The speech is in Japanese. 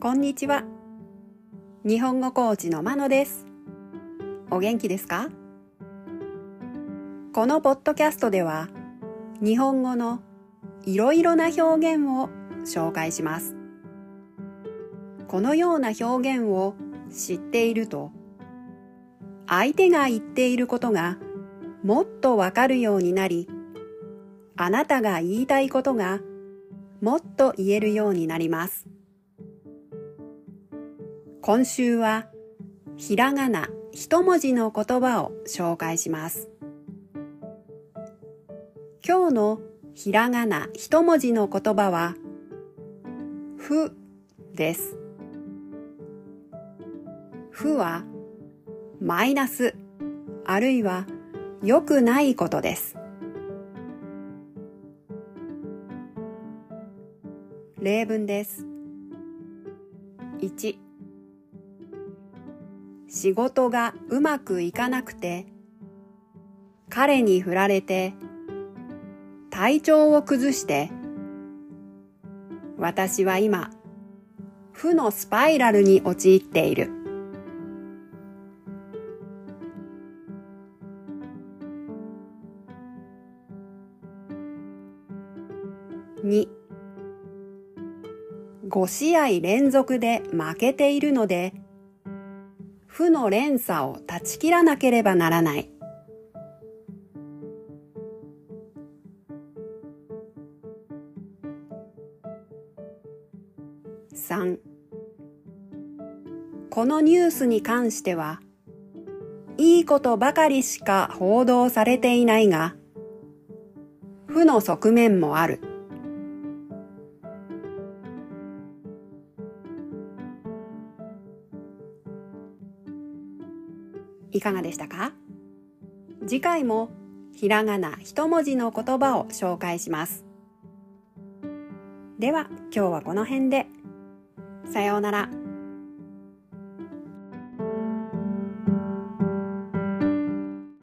こんにちは。日本語コーチのまのです。お元気ですか？このポッドキャストでは日本語のいろいろな表現を紹介します。このような表現を知っていると、相手が言っていることがもっとわかるようになり、あなたが言いたいことがもっと言えるようになります。今週はひらがな一文字の言葉を紹介します。今日のひらがな一文字の言葉はふです。ふはマイナスあるいは良くないことです。例文です。1、仕事がうまくいかなくて、彼に振られて、体調を崩して、私は今、負のスパイラルに陥っている。2、5試合連続で負けているので、負の連鎖を断ち切らなければならない。3、このニュースに関しては、いいことばかりしか報道されていないが、負の側面もある。いかがでしたか？次回もひらがな一文字の言葉を紹介します。では今日はこの辺で。さようなら。